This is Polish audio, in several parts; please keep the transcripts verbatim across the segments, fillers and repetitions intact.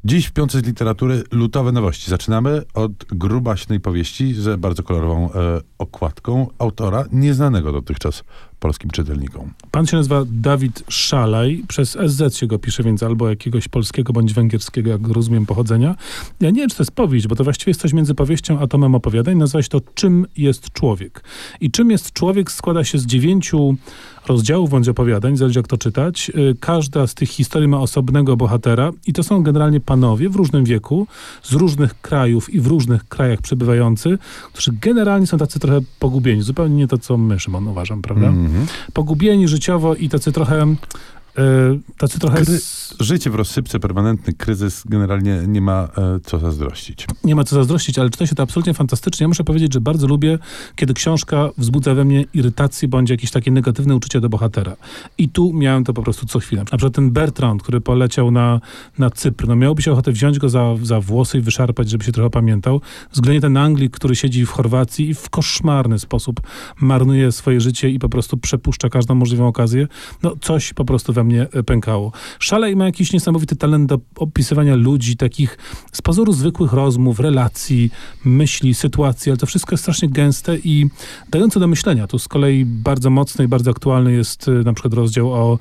Dziś w Piątce z literatury lutowe nowości. Zaczynamy od grubaśnej powieści z bardzo kolorową e, okładką autora nieznanego dotychczas polskim czytelnikom. Pan się nazywa Dawid Szalaj, przez S Z się go pisze, więc albo jakiegoś polskiego bądź węgierskiego, jak rozumiem, pochodzenia. Ja nie wiem, czy to jest powieść, bo to właściwie jest coś między powieścią a tomem opowiadań. Nazywa się to Czym jest człowiek? I Czym jest człowiek składa się z dziewięciu rozdziałów bądź opowiadań, zależy jak to czytać. Każda z tych historii ma osobnego bohatera i to są generalnie panowie w różnym wieku, z różnych krajów i w różnych krajach przebywający, którzy generalnie są tacy trochę pogubieni. Zupełnie nie to, co my, Szymon, uważam, prawda? Mm-hmm. Pogubieni życiowo i tacy trochę... Yy, tacy trochę... Kry... Życie w rozsypce, permanentny kryzys, generalnie nie ma e, co zazdrościć. Nie ma co zazdrościć, ale czyta się to absolutnie fantastycznie. Ja muszę powiedzieć, że bardzo lubię, kiedy książka wzbudza we mnie irytację bądź jakieś takie negatywne uczucie do bohatera. I tu miałem to po prostu co chwilę. Na przykład ten Bertrand, który poleciał na, na Cypr, no miałoby się ochotę wziąć go za, za włosy i wyszarpać, żeby się trochę pamiętał. Względnie ten Anglik, który siedzi w Chorwacji i w koszmarny sposób marnuje swoje życie i po prostu przepuszcza każdą możliwą okazję. No coś po prostu we mnie pękało. Szalej ma jakiś niesamowity talent do opisywania ludzi, takich z pozoru zwykłych rozmów, relacji, myśli, sytuacji, ale to wszystko jest strasznie gęste i dające do myślenia. Tu z kolei bardzo mocny i bardzo aktualny jest na przykład rozdział o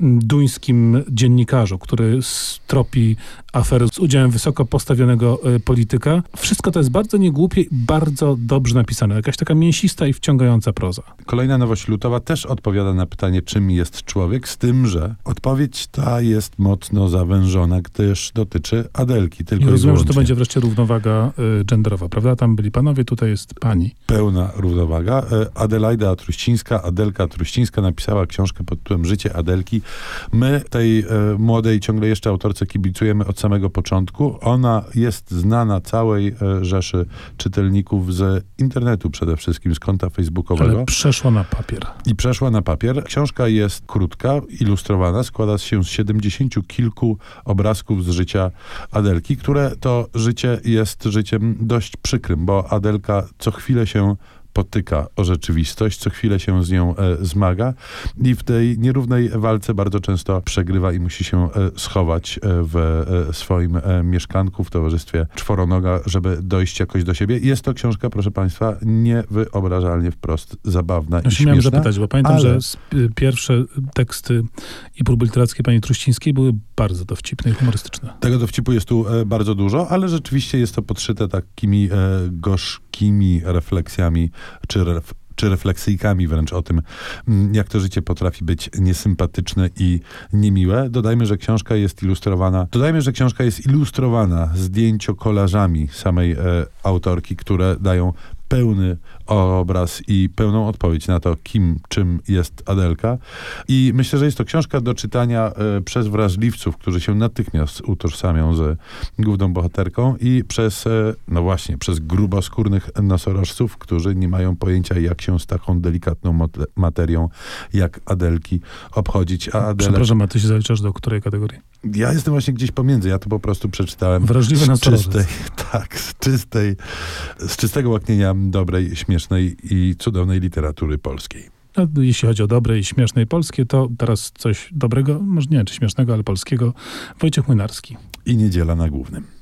duńskim dziennikarzu, który tropi afery z udziałem wysoko postawionego polityka. Wszystko to jest bardzo niegłupie i bardzo dobrze napisane. Jakaś taka mięsista i wciągająca proza. Kolejna nowość lutowa też odpowiada na pytanie, czym jest człowiek, z tym, że odpowiedź ta jest mocno zawężona, gdyż dotyczy Adelki. Tylko I rozumiem, wyłącznie. że to będzie wreszcie równowaga y, genderowa, prawda? Tam byli panowie, tutaj jest pani. Pełna równowaga. Adelaida Truścińska, Adelka Truścińska napisała książkę pod tytułem Życie Adelki. My tej e, młodej, ciągle jeszcze autorce kibicujemy od samego początku. Ona jest znana całej e, rzeszy czytelników z internetu przede wszystkim, z konta facebookowego. Ale przeszła na papier. I przeszła na papier. Książka jest krótka, ilustrowana, składa się z siedemdziesięciu kilku obrazków z życia Adelki, które to życie jest życiem dość przykrym, bo Adelka co chwilę się potyka o rzeczywistość, co chwilę się z nią e, zmaga i w tej nierównej walce bardzo często przegrywa i musi się e, schować e, w e, swoim e, mieszkanku, w towarzystwie czworonoga, żeby dojść jakoś do siebie. Jest to książka, proszę państwa, niewyobrażalnie wprost zabawna no i się śmieszna. Miałem zapytać, bo pamiętam, ale... że pierwsze teksty i próby literackie pani Truścińskiej były bardzo dowcipne i humorystyczne. Tego dowcipu jest tu e, bardzo dużo, ale rzeczywiście jest to podszyte takimi e, gorzkimi refleksjami czy, ref, czy refleksyjkami wręcz o tym, jak to życie potrafi być niesympatyczne i niemiłe. Dodajmy, że książka jest ilustrowana, dodajmy, że książka jest ilustrowana zdjęciokolażami samej e, autorki, które dają pełny obraz i pełną odpowiedź na to, kim, czym jest Adelka. I myślę, że jest to książka do czytania e, przez wrażliwców, którzy się natychmiast utożsamią z główną bohaterką i przez, e, no właśnie, przez gruboskórnych nosorożców, którzy nie mają pojęcia, jak się z taką delikatną mot- materią jak Adelki obchodzić. A Adelek... Przepraszam, a ty się zaliczasz do której kategorii? Ja jestem właśnie gdzieś pomiędzy. Ja to po prostu przeczytałem Wrażliwy z czystej, nosorożec. tak, z czystej, z czystego łaknienia dobrej, śmiesznej i cudownej literatury polskiej. No, jeśli chodzi o dobre i śmieszne i polskie, to teraz coś dobrego, może nie wiem, czy śmiesznego, ale polskiego. Wojciech Młynarski. I Niedziela na Głównym.